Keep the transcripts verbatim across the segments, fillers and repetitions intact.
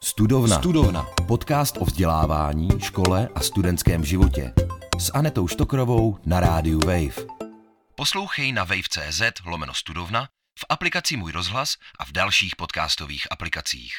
Studovna. Studovna. Podcast o vzdělávání, škole a studentském životě. S Anetou Štokrovou na rádiu Wave. Poslouchej na wave tečka cé zet lomeno studovna, v aplikaci Můj rozhlas a v dalších podcastových aplikacích.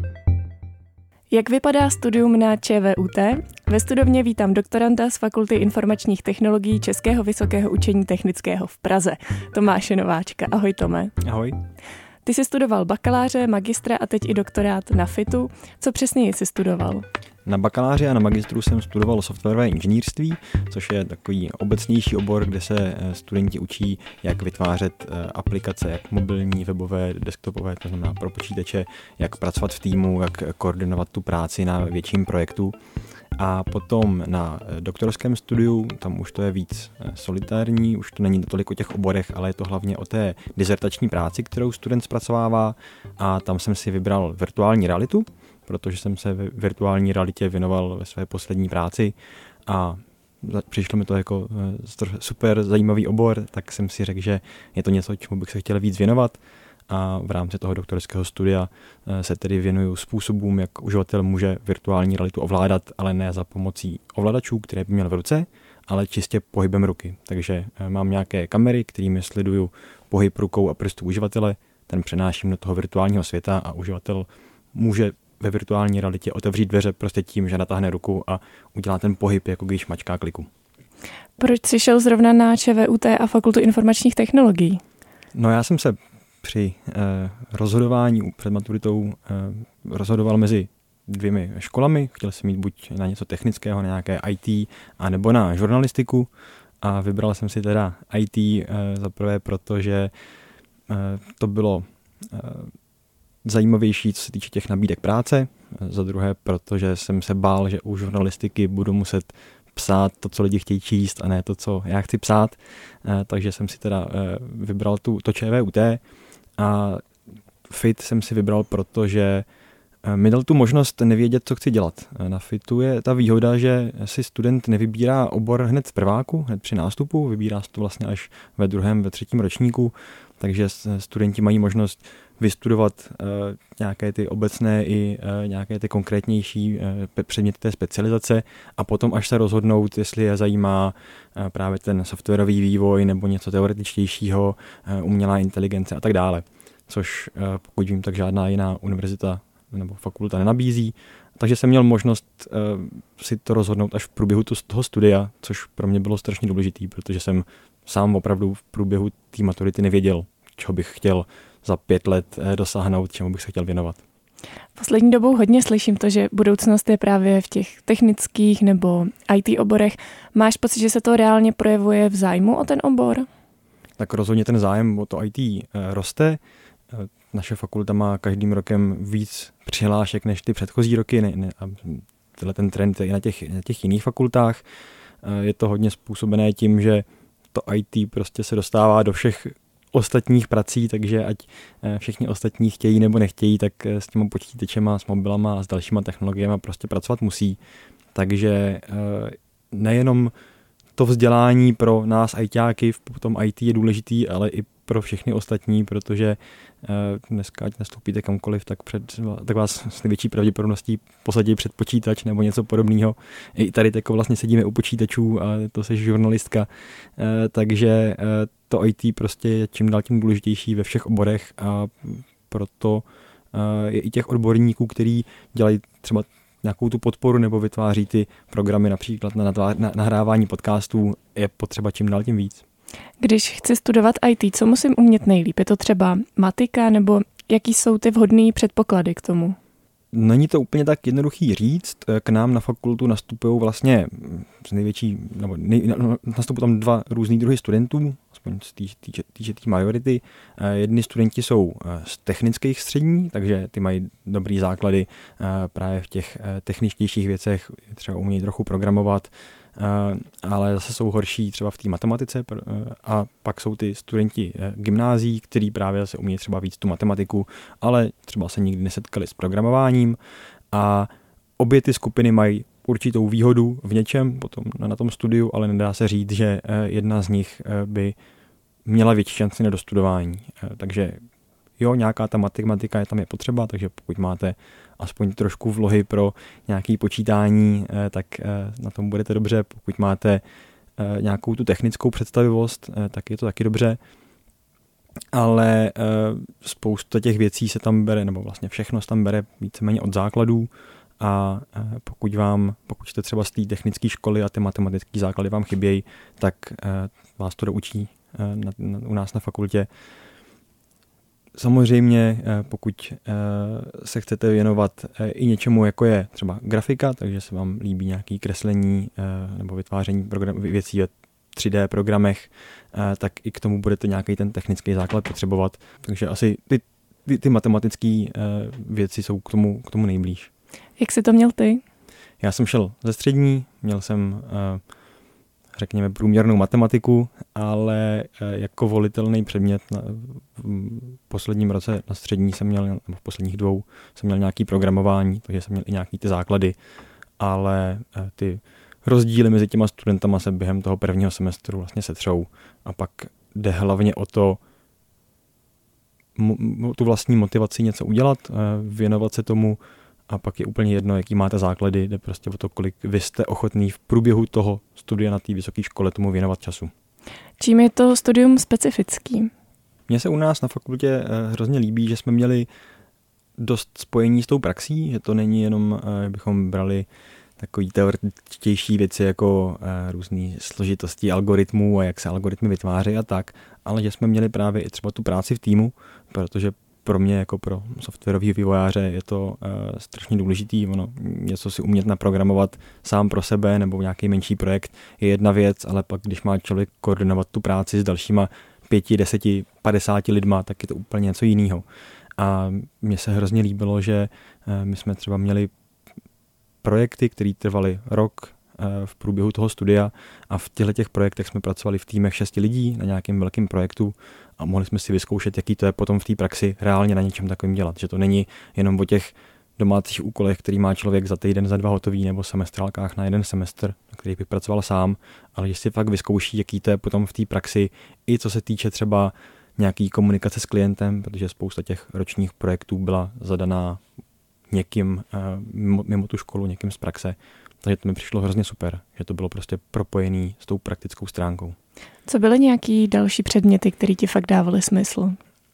Jak vypadá studium na ČVUT? Ve studovně vítám doktoranda z Fakulty informačních technologií Českého vysokého učení technického v Praze, Tomáše Nováčka. Ahoj, Tome. Ahoj. Ty jsi studoval bakaláře, magistra a teď i doktorát na FITu. Co přesně jsi studoval? Na bakaláři a na magistru jsem studoval softwarové inženýrství, což je takový obecnější obor, kde se studenti učí, jak vytvářet aplikace, jak mobilní, webové, desktopové, to znamená pro počítače, jak pracovat v týmu, jak koordinovat tu práci na větším projektu. A potom na doktorském studiu, tam už to je víc solitární, už to není tolik o těch oborech, ale je to hlavně o té dizertační práci, kterou student zpracovává, a tam jsem si vybral virtuální realitu, protože jsem se v virtuální realitě věnoval ve své poslední práci a přišlo mi to jako super zajímavý obor, tak jsem si řekl, že je to něco, čemu bych se chtěl víc věnovat. A v rámci toho doktorského studia se tedy věnuju způsobům, jak uživatel může virtuální realitu ovládat, ale ne za pomocí ovladačů, které by měl v ruce, ale čistě pohybem ruky. Takže mám nějaké kamery, kterými sleduju pohyb rukou a prstů uživatele, ten přenáším do toho virtuálního světa a uživatel může ve virtuální realitě otevřít dveře prostě tím, že natáhne ruku a udělá ten pohyb, jako když mačká kliku. Proč jsi šel zrovna na ČVUT a Fakultu informačních technologií? No já jsem se při eh, rozhodování před maturitou eh, rozhodoval mezi dvěmi školami. Chtěl jsem mít buď na něco technického, na nějaké í té, anebo na žurnalistiku. A vybral jsem si teda í té eh, za prvé, protože eh, to bylo eh, zajímavější, co se týče těch nabídek práce. Za druhé, protože jsem se bál, že u žurnalistiky budu muset psát to, co lidi chtějí číst, a ne to, co já chci psát. Eh, takže jsem si teda eh, vybral tu, to ČVUT. A FIT jsem si vybral, protože mi dal tu možnost nevědět, co chci dělat. Na FITu je ta výhoda, že si student nevybírá obor hned v prváku, hned při nástupu, vybírá se to vlastně až ve druhém, ve třetím ročníku, takže studenti mají možnost vystudovat uh, nějaké ty obecné i uh, nějaké ty konkrétnější uh, předměty té specializace a potom až se rozhodnout, jestli je zajímá uh, právě ten softwarový vývoj nebo něco teoretičtějšího, uh, umělá inteligence a tak dále. Což uh, pokud vím, tak žádná jiná univerzita nebo fakulta nenabízí. Takže jsem měl možnost uh, si to rozhodnout až v průběhu to, toho studia, což pro mě bylo strašně důležitý, protože jsem sám opravdu v průběhu té maturity nevěděl, čeho bych chtěl za pět let dosáhnout, čemu bych se chtěl věnovat. Poslední dobou hodně slyším to, že budoucnost je právě v těch technických nebo í té oborech. Máš pocit, že se to reálně projevuje v zájmu o ten obor? Tak rozhodně ten zájem o to í té roste. Naše fakulta má každým rokem víc přihlášek než ty předchozí roky. Ne, ne, a tenhle ten trend je i na těch, na těch jiných fakultách. Je to hodně způsobené tím, že to í té prostě se dostává do všech ostatních prací, takže ať všichni ostatní chtějí nebo nechtějí, tak s těma počítačema, s mobilama a s dalšíma technologiemi prostě pracovat musí. Takže nejenom to vzdělání pro nás ajťáky v tom í té je důležitý, ale i pro všechny ostatní, protože dneska, ať nastoupíte kamkoliv, tak, před, tak vás s největší pravděpodobností posadí před počítač nebo něco podobného. I tady tako vlastně sedíme u počítačů a to jsi žurnalistka, takže to í té prostě je čím dál tím důležitější ve všech oborech, a proto je i těch odborníků, kteří dělají třeba nějakou tu podporu nebo vytváří ty programy například na nahrávání podcastů, je potřeba čím dál tím víc. Když chci studovat í té, co musím umět nejlíp? Je to třeba matika, nebo jaký jsou ty vhodné předpoklady k tomu? Není to úplně tak jednoduchý říct. K nám na fakultu nastupují vlastně z největší, nebo nej, nastupují tam dva různý druhy studentů, aspoň z týče té majority. Jedni studenti jsou z technických střední, takže ty mají dobrý základy právě v těch techničtějších věcech, třeba umějí trochu programovat, ale zase jsou horší třeba v té matematice, a pak jsou ty studenti gymnázií, kteří právě se umějí třeba víc tu matematiku, ale třeba se nikdy nesetkali s programováním, a obě ty skupiny mají určitou výhodu v něčem potom na tom studiu, ale nedá se říct, že jedna z nich by měla větší šanci na dostudování. Takže jo, nějaká ta matematika je tam je potřeba, takže pokud máte aspoň trošku vlohy pro nějaké počítání, tak na tom budete dobře. Pokud máte nějakou tu technickou představivost, tak je to taky dobře. Ale spousta těch věcí se tam bere, nebo vlastně všechno se tam bere víceméně od základů a pokud vám, pokud jste třeba z té technické školy a ty matematické základy vám chybějí, tak vás to doučí na, na, u nás na fakultě. Samozřejmě, pokud se chcete věnovat i něčemu, jako je třeba grafika, takže se vám líbí nějaké kreslení nebo vytváření program, věcí ve tři dé programech, tak i k tomu budete nějaký ten technický základ potřebovat. Takže asi ty, ty, ty matematické věci jsou k tomu, k tomu nejblíž. Jak jsi to měl ty? Já jsem šel ze střední, měl jsem řekněme průměrnou matematiku, ale jako volitelný předmět na, v posledním roce na střední jsem měl, nebo v posledních dvou jsem měl nějaký programování, takže jsem měl i nějaký ty základy, ale ty rozdíly mezi těma studentama se během toho prvního semestru vlastně setřou a pak jde hlavně o to, tu vlastní motivaci něco udělat, věnovat se tomu a pak je úplně jedno, jaký máte základy, jde prostě o to, kolik vy jste ochotný v průběhu toho studia na té vysoké škole tomu věnovat času. Čím je to studium specifický? Mně se u nás na fakultě hrozně líbí, že jsme měli dost spojení s tou praxí, že to není jenom, bychom brali takový teoretičtější věci jako různé složitosti algoritmů a jak se algoritmy vytváří a tak, ale že jsme měli právě i třeba tu práci v týmu, protože pro mě jako pro softwarový vývojáře je to uh, strašně důležitý. Ono, něco si umět naprogramovat sám pro sebe nebo nějaký menší projekt je jedna věc, ale pak když má člověk koordinovat tu práci s dalšíma pěti, deseti, padesáti lidma, tak je to úplně něco jiného. A mně se hrozně líbilo, že uh, my jsme třeba měli projekty, které trvaly rok uh, v průběhu toho studia a v těchto těch projektech jsme pracovali v týmech šesti lidí na nějakém velkém projektu a mohli jsme si vyzkoušet, jaký to je potom v té praxi reálně na něčem takovým dělat. Že to není jenom o těch domácích úkolech, který má člověk za týden, za dva hotový, nebo semestrálkách na jeden semestr, na který bych pracoval sám, ale že si fakt vyzkouší, jaký to je potom v té praxi, i co se týče třeba nějaký komunikace s klientem, protože spousta těch ročních projektů byla zadaná někým mimo, mimo tu školu, někým z praxe. Takže to mi přišlo hrozně super, že to bylo prostě propojený s tou praktickou stránkou. Co byly nějaký další předměty, které ti fakt dávaly smysl?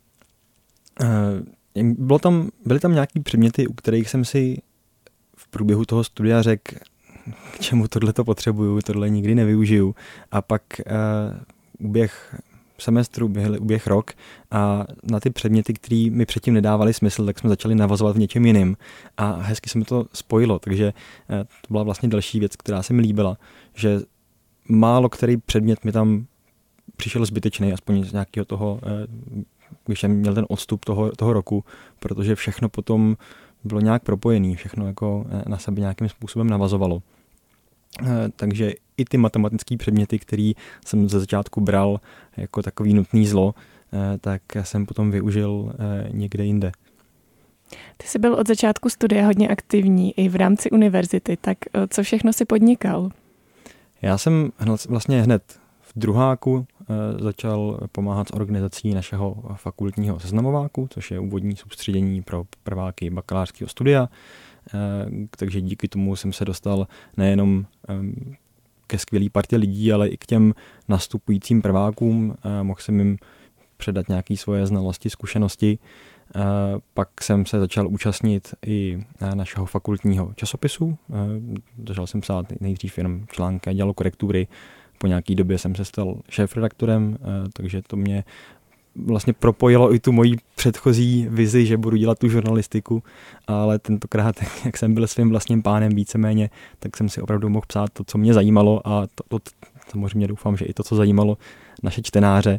Bylo tam, byly tam nějaký předměty, u kterých jsem si v průběhu toho studia řekl, k čemu tohleto potřebuju, tohle nikdy nevyužiju. A pak uh, uběh semestru, uběh, uběh rok a na ty předměty, které mi předtím nedávaly smysl, tak jsme začali navazovat v něčem jiným. A hezky se mi to spojilo, takže uh, to byla vlastně další věc, která se mi líbila, že málo který předmět mi tam přišel zbytečný, aspoň z nějakého toho, když jsem měl ten odstup toho, toho roku, protože všechno potom bylo nějak propojené, všechno jako na sebe nějakým způsobem navazovalo. Takže i ty matematické předměty, které jsem ze začátku bral jako takový nutný zlo, tak jsem potom využil někde jinde. Ty jsi byl od začátku studia hodně aktivní i v rámci univerzity, tak co všechno si podnikal? Já jsem vlastně hned v druháku začal pomáhat s organizací našeho fakultního seznamováku, což je úvodní soustředění pro prváky bakalářského studia. Takže díky tomu jsem se dostal nejenom ke skvělý partě lidí, ale i k těm nastupujícím prvákům. Mohl jsem jim předat nějaké svoje znalosti, zkušenosti. Pak jsem se začal účastnit i našeho fakultního časopisu. Začal jsem psát nejdřív jenom články a dělal korektury. Po nějaký době jsem se stal šéfredaktorem, takže to mě vlastně propojilo i tu moji předchozí vizi, že budu dělat tu žurnalistiku, ale tentokrát, jak jsem byl svým vlastním pánem víceméně, tak jsem si opravdu mohl psát to, co mě zajímalo a to, to samozřejmě doufám, že i to, co zajímalo naše čtenáře.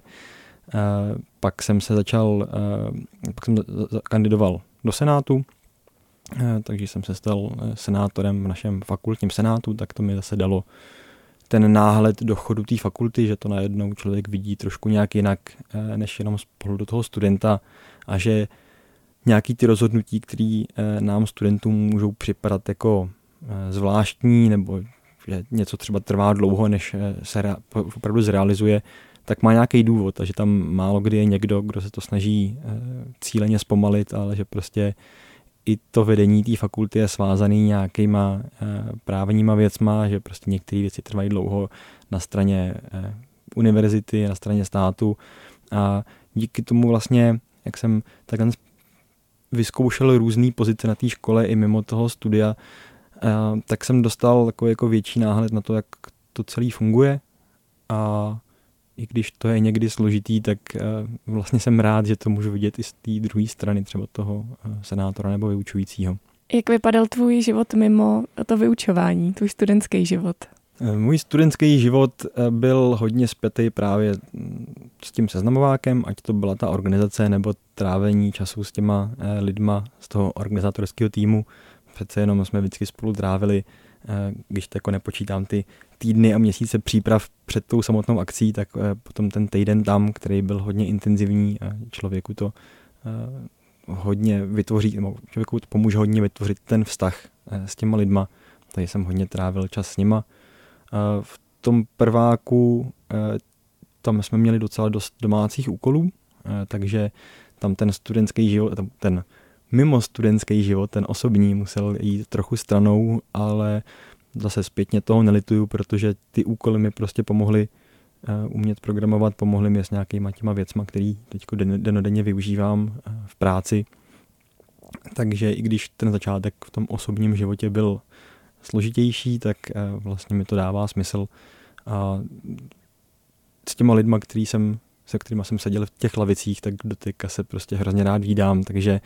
Pak jsem se začal, pak jsem kandidoval do Senátu, takže jsem se stal senátorem v našem fakultním senátu, tak to mi zase dalo ten náhled do chodu té fakulty, že to najednou člověk vidí trošku nějak jinak, než jenom z pohledu toho studenta a že nějaký ty rozhodnutí, které nám studentům můžou připadat jako zvláštní nebo že něco třeba trvá dlouho, než se opravdu zrealizuje, tak má nějaký důvod a že tam málo kdy je někdo, kdo se to snaží cíleně zpomalit, ale že prostě i to vedení té fakulty je svázaný nějakýma právníma věcma, že prostě některé věci trvají dlouho na straně univerzity, na straně státu a díky tomu vlastně, jak jsem takhle vyzkoušel různé pozice na té škole i mimo toho studia, tak jsem dostal takový jako větší náhled na to, jak to celé funguje a i když to je někdy složitý, tak vlastně jsem rád, že to můžu vidět i z té druhé strany, třeba toho senátora nebo vyučujícího. Jak vypadal tvůj život mimo to vyučování, tvůj studentský život? Můj studentský život byl hodně spjatý právě s tím seznamovákem, ať to byla ta organizace nebo trávení času s těma lidma z toho organizátorského týmu. Přece jenom jsme vždycky spolu trávili, když to jako nepočítám ty týdny a měsíce příprav před tou samotnou akcí, tak potom ten týden tam, který byl hodně intenzivní, člověku to hodně vytvoří, nebo člověku to pomůže hodně vytvořit ten vztah s těma lidma. Tady jsem hodně trávil čas s nima. V tom prváku tam jsme měli docela dost domácích úkolů, takže tam ten studentský život, ten mimo studentský život, ten osobní musel jít trochu stranou, ale zase zpětně toho nelituju, protože ty úkoly mi prostě pomohly umět programovat, pomohly mi s nějakýma těma věcma, který teď dennodenně využívám v práci. Takže i když ten začátek v tom osobním životě byl složitější, tak vlastně mi to dává smysl. A s těma lidma, který jsem, se kterýma jsem seděl v těch lavicích, tak doteďka se prostě hrozně rád vídám, takže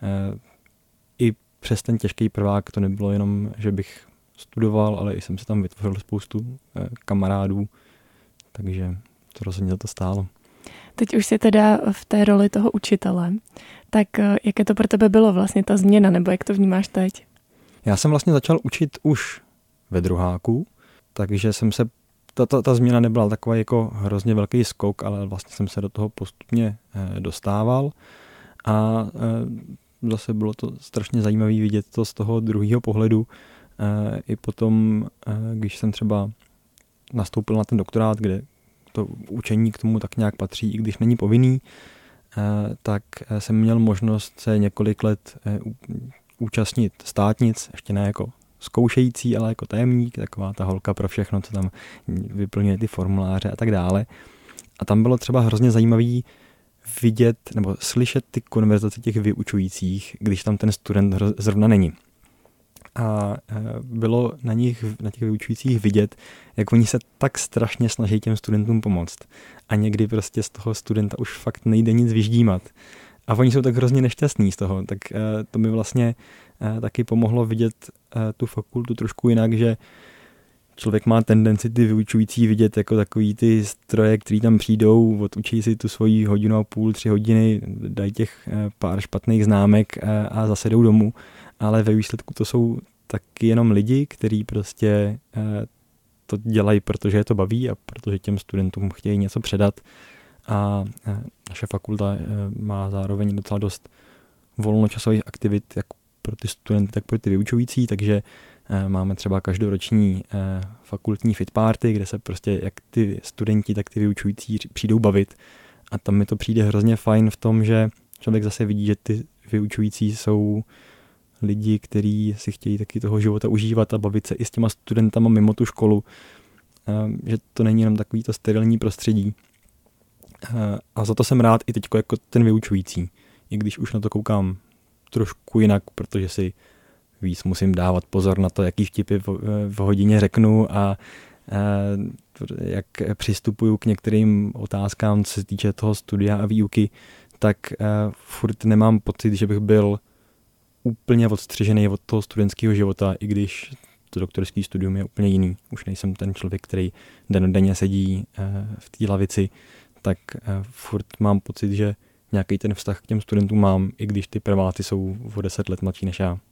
i přes ten těžký prvák to nebylo jenom, že bych studoval, ale i jsem se tam vytvořil spoustu kamarádů, takže to rozhodně za to stálo. Teď už jsi teda v té roli toho učitele, tak jaké to pro tebe bylo vlastně ta změna, nebo jak to vnímáš teď? Já jsem vlastně začal učit už ve druháku, takže jsem se, ta, ta, ta změna nebyla takový jako hrozně velký skok, ale vlastně jsem se do toho postupně eh, dostával a eh, zase bylo to strašně zajímavé vidět to z toho druhého pohledu. Eh, I potom, eh, když jsem třeba nastoupil na ten doktorát, kde to učení k tomu tak nějak patří, i když není povinný, eh, tak jsem měl možnost se několik let eh, účastnit státnic, ještě ne jako zkoušející, ale jako tajemník, taková ta holka pro všechno, co tam vyplňuje ty formuláře a tak dále. A tam bylo třeba hrozně zajímavý vidět nebo slyšet ty konverzace těch vyučujících, když tam ten student zrovna není. A bylo na nich, na těch vyučujících vidět, jak oni se tak strašně snaží těm studentům pomoct. A někdy prostě z toho studenta už fakt nejde nic vyždímat. A oni jsou tak hrozně nešťastní z toho, tak uh, to mi vlastně uh, taky pomohlo vidět uh, tu fakultu trošku jinak, že člověk má tendenci ty vyučující vidět jako takový ty stroje, který tam přijdou, odučí si tu svoji hodinu a půl, tři hodiny, dají těch uh, pár špatných známek uh, a zase jdou domů, ale ve výsledku to jsou taky jenom lidi, kteří prostě uh, to dělají, protože je to baví a protože těm studentům chtějí něco předat. A naše fakulta má zároveň docela dost volnočasových aktivit jak pro ty studenty, tak pro ty vyučující, takže máme třeba každoroční fakultní fit party, kde se prostě jak ty studenti, tak ty vyučující přijdou bavit. A tam mi to přijde hrozně fajn v tom, že člověk zase vidí, že ty vyučující jsou lidi, kteří si chtějí taky toho života užívat a bavit se i s těma studentama mimo tu školu. Že to není jenom takový to sterilní prostředí. A za to jsem rád i teď jako ten vyučující. I když už na to koukám trošku jinak, protože si víc musím dávat pozor na to, jaký vtipy v, v hodině řeknu a, a jak přistupuju k některým otázkám, co se týče toho studia a výuky, tak a, furt nemám pocit, že bych byl úplně odstřižený od toho studentského života, i když to doktorský studium je úplně jiný. Už nejsem ten člověk, který dennodenně sedí a, v té lavici, tak furt mám pocit, že nějaký ten vztah k těm studentům mám, i když ty prváci jsou o deset let mladší než já.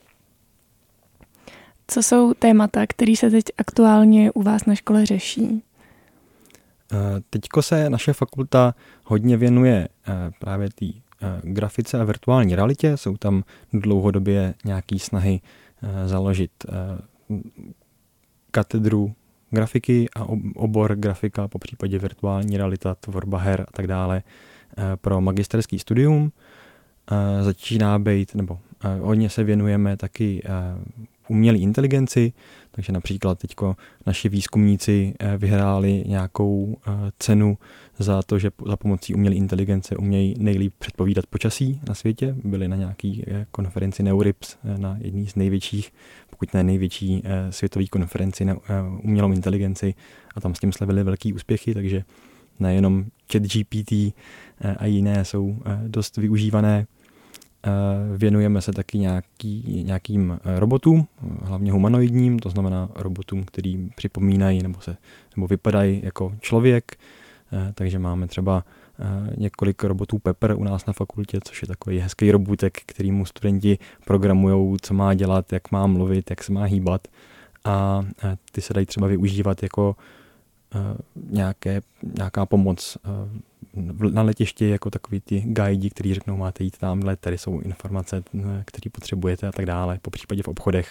Co jsou témata, které se teď aktuálně u vás na škole řeší? Teďko se naše fakulta hodně věnuje právě té grafice a virtuální realitě. Jsou tam dlouhodobě nějaké snahy založit katedru grafiky a obor grafika, po případě virtuální realita, tvorba her a tak dále pro magisterský studium. Začíná být, nebo hodně se věnujeme taky umělé inteligenci, takže například teďko naši výzkumníci vyhráli nějakou cenu za to, že za pomocí umělé inteligence umějí nejlíp předpovídat počasí na světě. Byli na nějaký konferenci Neurips, na jedné z největších, pokud ne největší světové konferenci na umělou inteligenci a tam s tím slavili velký úspěchy, takže nejenom ChatGPT a jiné jsou dost využívané. Věnujeme se taky nějaký, nějakým robotům, hlavně humanoidním, to znamená robotům, který připomínají nebo, se, nebo vypadají jako člověk. Takže máme třeba několik robotů Pepper u nás na fakultě, což je takový hezký robotek, kterýmu studenti programujou, co má dělat, jak má mluvit, jak se má hýbat. A ty se dají třeba využívat jako nějaké, nějaká pomoc na letišti, jako takový ty guidi, kteří řeknou, máte jít tamhle, tady jsou informace, které potřebujete a tak dále, po případě v obchodech.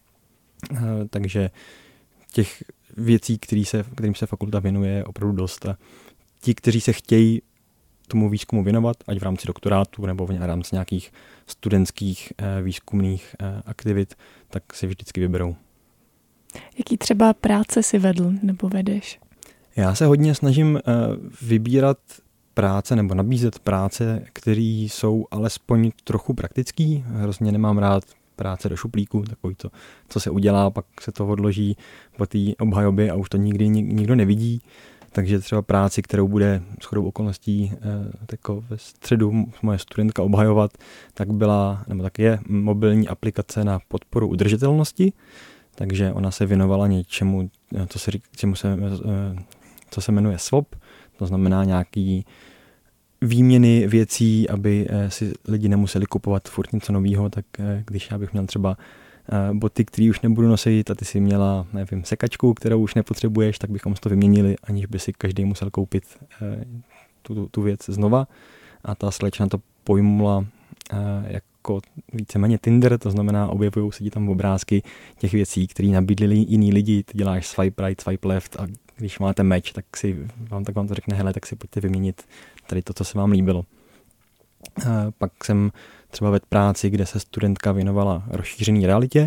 Takže těch věcí, který se, kterým se fakulta věnuje, je opravdu dost. A ti, kteří se chtějí tomu výzkumu věnovat, ať v rámci doktorátu nebo v rámci nějakých studentských výzkumných aktivit, tak si vždycky vyberou. Jaký třeba práce si vedl nebo vedeš? Já se hodně snažím vybírat práce nebo nabízet práce, které jsou alespoň trochu praktický. Hrozně nemám rád práce do šuplíku, takový to, co se udělá, pak se to odloží po té obhajobě a už to nikdy nikdo nevidí. Takže třeba práci, kterou bude shodou okolností tako ve středu moje studentka obhajovat, tak byla, nebo tak je mobilní aplikace na podporu udržitelnosti. Takže ona se věnovala něčemu, co se, čemu se, co se jmenuje swap, to znamená nějaký výměny věcí, aby si lidi nemuseli kupovat furt něco novýho, tak když já bych měl třeba boty, které už nebudu nosit a ty si měla, nevím, sekačku, kterou už nepotřebuješ, tak bychom to vyměnili, aniž by si každý musel koupit tu, tu věc znova. A ta slečna to pojmula jako víceméně Tinder, to znamená, objevují se ti tam obrázky těch věcí, které nabídli jiní lidi, ty děláš swipe right, swipe left a když máte match, tak si vám, tak vám to řekne, hele, tak si pojďte vyměnit tady to, co se vám líbilo. Pak jsem třeba vedl práci, kde se studentka věnovala rozšířené realitě.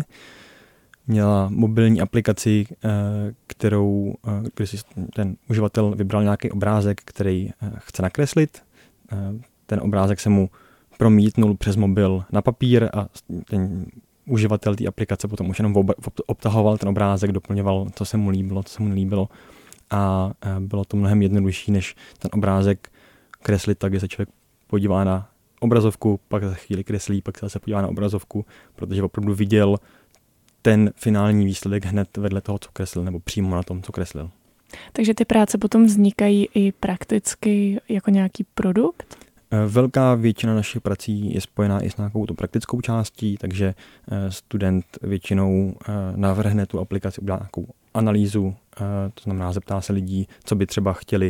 Měla mobilní aplikaci, kterou, kde si ten uživatel vybral nějaký obrázek, který chce nakreslit. Ten obrázek se mu promítnul přes mobil na papír a ten uživatel té aplikace potom už jenom obtahoval ten obrázek, doplňoval, co se mu líbilo, co se mu nelíbilo. A bylo to mnohem jednodušší, než ten obrázek kreslit tak, že se člověk podívá na obrazovku, pak za chvíli kreslí, pak se zase podívá na obrazovku, protože opravdu viděl ten finální výsledek hned vedle toho, co kreslil, nebo přímo na tom, co kreslil. Takže ty práce potom vznikají i prakticky jako nějaký produkt? Velká většina našich prací je spojená i s nějakou tu praktickou částí, takže student většinou navrhne tu aplikaci, udělá nějakou analýzu, to znamená zeptá se lidí, co by třeba chtěli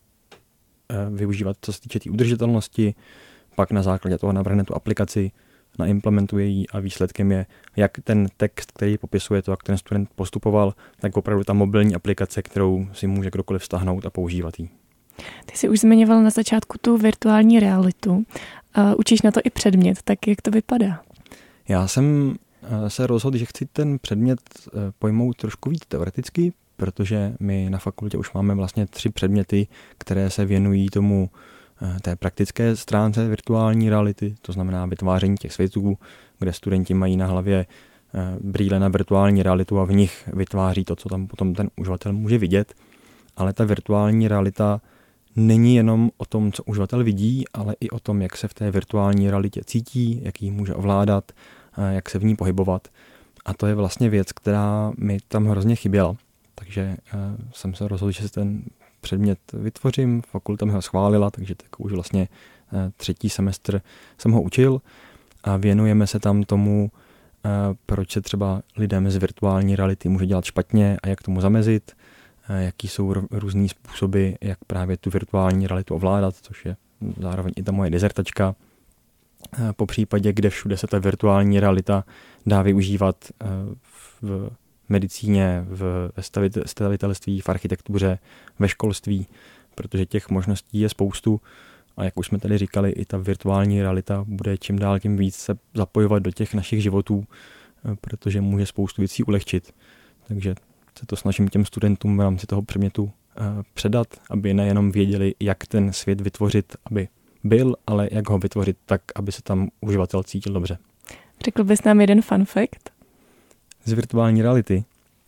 využívat, co se týče té tý udržitelnosti, pak na základě toho navrhne tu aplikaci, naimplementuje ji a výsledkem je, jak ten text, který popisuje to, jak ten student postupoval, tak opravdu ta mobilní aplikace, kterou si může kdokoliv vztahnout a používat ji. Ty jsi už zmiňoval na začátku tu virtuální realitu. Uh, učíš na to i předmět, tak jak to vypadá? Já jsem se rozhodl, že chci ten předmět pojmout trošku víc teoreticky, protože my na fakultě už máme vlastně tři předměty, které se věnují tomu té praktické stránce virtuální reality, to znamená vytváření těch světů, kde studenti mají na hlavě brýle na virtuální realitu a v nich vytváří to, co tam potom ten uživatel může vidět. Ale ta virtuální realita není jenom o tom, co uživatel vidí, ale i o tom, jak se v té virtuální realitě cítí, jak ji může ovládat, jak se v ní pohybovat. A to je vlastně věc, která mi tam hrozně chyběla. Takže jsem se rozhodl, že si ten předmět vytvořím, fakulta mi ho schválila, takže tak už vlastně třetí semestr jsem ho učil a věnujeme se tam tomu, proč se třeba lidem z virtuální reality může dělat špatně a jak tomu zamezit, jaký jsou různý způsoby, jak právě tu virtuální realitu ovládat, což je zároveň i ta moje dizertačka. Po případě, kde všude se ta virtuální realita dá využívat v medicíně, v stavitelství, v architektuře, ve školství, protože těch možností je spoustu a jak už jsme tady říkali, i ta virtuální realita bude čím dál tím víc se zapojovat do těch našich životů, protože může spoustu věcí ulehčit. Takže se to snažím těm studentům v rámci toho předmětu předat, aby nejenom věděli, jak ten svět vytvořit, aby byl, ale jak ho vytvořit tak, aby se tam uživatel cítil dobře. Řekl bys nám jeden fun fact? Z virtuální reality.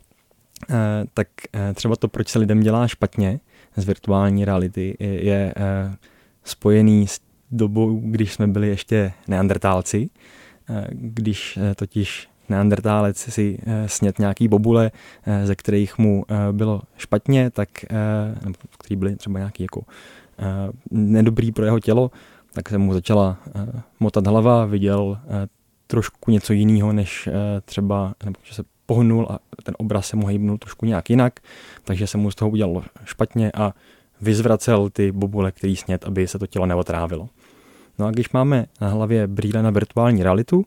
Eh, tak eh, třeba to, proč se lidem dělá špatně z virtuální reality, je, je eh, spojený s dobou, když jsme byli ještě neandertálci, eh, když eh, totiž neandertálec si eh, snět nějaký bobule, eh, ze kterých mu eh, bylo špatně, tak, eh, nebo který byly třeba nějaký jako eh, nedobrý pro jeho tělo, tak se mu začala eh, motat hlava, viděl eh, trošku něco jiného, než eh, třeba, nebo že se pohnul a ten obraz se mu hejbnul trošku nějak jinak, takže se mu z toho udělalo špatně a vyzvracel ty bobule, který snět, aby se to tělo neotrávilo. No a když máme na hlavě brýle na virtuální realitu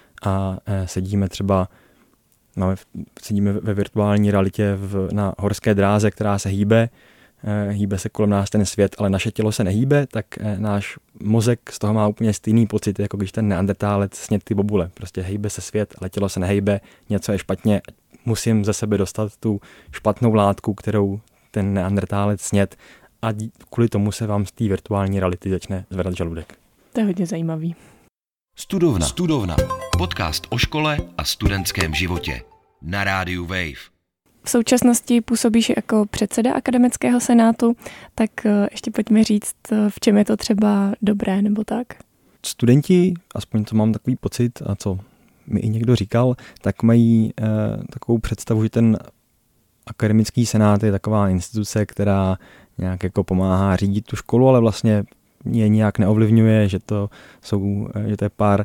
a eh, sedíme třeba máme, sedíme ve virtuální realitě v, na horské dráze, která se hýbe, eh, hýbe se kolem nás ten svět, ale naše tělo se nehýbe, tak eh, náš mozek z toho má úplně stejný pocit, jako když ten neandertálec sněd ty bobule. Prostě hejbe se svět, ale tělo se nehejbe, něco je špatně, musím ze sebe dostat tu špatnou látku, kterou ten neandertálec sněd a kvůli tomu se vám z té virtuální reality začne zvedat žaludek. To je hodně zajímavý. Studovna. Studovna. Podcast o škole a studentském životě. Na rádiu Wave. V současnosti působíš jako předseda akademického senátu, tak ještě pojďme říct, v čem je to třeba dobré nebo tak. Studenti, aspoň co mám takový pocit a co mi i někdo říkal, tak mají eh, takovou představu, že ten akademický senát je taková instituce, která nějak jako pomáhá řídit tu školu, ale vlastně je nějak neovlivňuje, že to jsou, že to je pár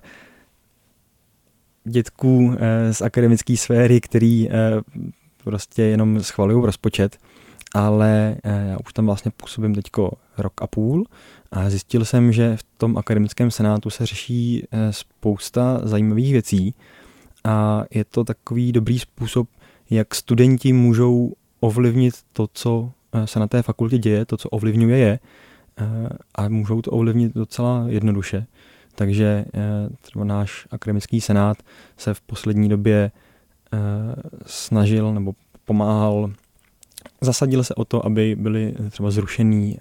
dětků eh, z akademické sféry, který eh, prostě jenom schvalují rozpočet, ale eh, já už tam vlastně působím teďko rok a půl a zjistil jsem, že v tom akademickém senátu se řeší eh, spousta zajímavých věcí a je to takový dobrý způsob, jak studenti můžou ovlivnit to, co se na té fakultě děje, to, co ovlivňuje je, a můžou to ovlivnit docela jednoduše. Takže třeba náš akademický senát se v poslední době snažil nebo pomáhal, zasadil se o to, aby byly třeba zrušený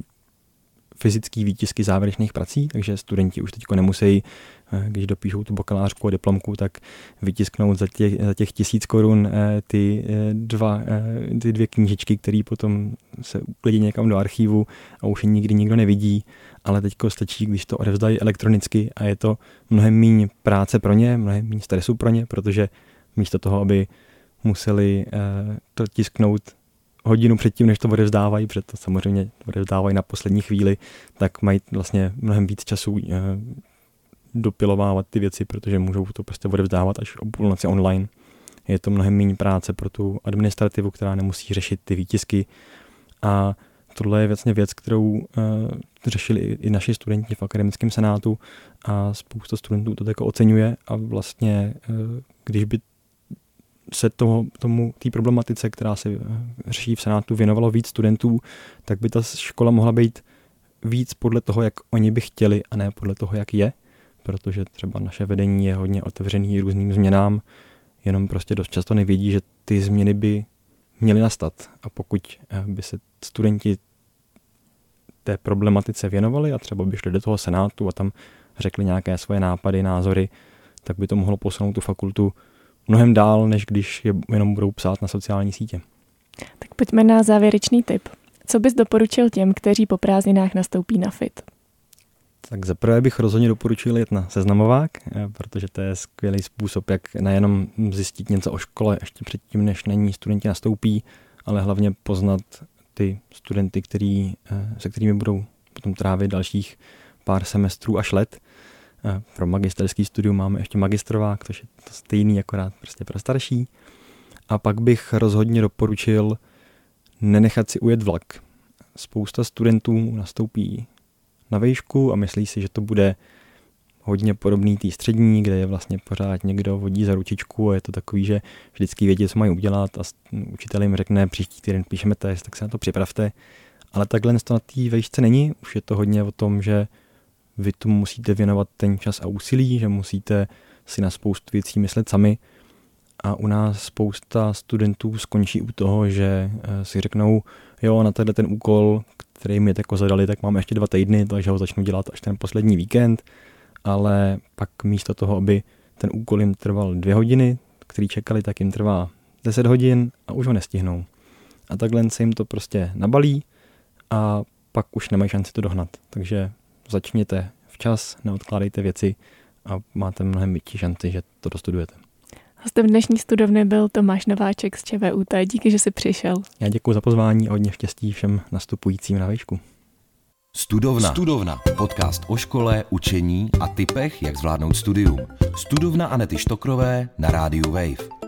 fyzické výtisky závěrečných prací, takže studenti už teď nemusí, když dopíšou tu bakalářku a diplomku, tak vytisknout za těch, za těch tisíc korun ty, dva, ty dvě knížečky, které potom se uklidí někam do archivu a už je nikdy nikdo nevidí, ale teď stačí, když to odevzdají elektronicky a je to mnohem méně práce pro ně, mnohem méně stresu pro ně, protože místo toho, aby museli to tisknout hodinu předtím, než to odevzdávají, protože to samozřejmě odevzdávají na poslední chvíli, tak mají vlastně mnohem víc času e, dopilovávat ty věci, protože můžou to prostě odevzdávat až o půlnoci online. Je to mnohem méně práce pro tu administrativu, která nemusí řešit ty výtisky. A tohle je vlastně věc, kterou e, řešili i naši studenti v akademickém senátu a spousta studentů to tako oceňuje a vlastně, e, když by se toho, tomu, té problematice, která se řeší v senátu, věnovalo víc studentů, tak by ta škola mohla být víc podle toho, jak oni by chtěli a ne podle toho, jak je, protože třeba naše vedení je hodně otevřený různým změnám, jenom prostě dost často nevědí, že ty změny by měly nastat a pokud by se studenti té problematice věnovali a třeba by šli do toho senátu a tam řekli nějaké svoje nápady, názory, tak by to mohlo posunout tu fakultu mnohem dál, než když je jenom budou psát na sociální sítě. Tak pojďme na závěrečný tip. Co bys doporučil těm, kteří po prázdninách nastoupí na F I T? Tak zaprvé bych rozhodně doporučil jet na seznamovák, protože to je skvělý způsob, jak nejenom zjistit něco o škole ještě předtím, než na ní studenti nastoupí, ale hlavně poznat ty studenty, který, se kterými budou potom trávit dalších pár semestrů až let. Pro magisterský studium máme ještě magistrovák, což je to stejný, akorát prostě pro starší. A pak bych rozhodně doporučil nenechat si ujet vlak. Spousta studentů nastoupí na vejšku a myslí si, že to bude hodně podobný té střední, kde je vlastně pořád někdo vodí za ručičku a je to takový, že vždycky vědí, co mají udělat a učitel jim řekne, příští týden píšeme test, tak se na to připravte. Ale takhle to na té vejšce není, už je to hodně o tom, že vy tomu musíte věnovat ten čas a úsilí, že musíte si na spoustu věcí myslet sami. A u nás spousta studentů skončí u toho, že si řeknou, jo, na tenhle ten úkol, který mi jako zadali, tak mám ještě dva týdny, takže ho začnu dělat až ten poslední víkend, ale pak místo toho, aby ten úkol jim trval dvě hodiny, který čekali, tak jim trvá deset hodin a už ho nestihnou. A takhle se jim to prostě nabalí a pak už nemají šanci to dohnat. Takže začněte včas, neodkládejte věci a máte mnohem větší šanci, že to dostudujete. Hostem dnešní studovny byl Tomáš Nováček z ČVUT. Díky, že jsi přišel. Já děkuji za pozvání a hodně štěstí všem nastupujícím na výšku. Studovna. Studovna. Podcast o škole, učení a tipech, jak zvládnout studium. Studovna Anety Štokrové na rádiu Wave.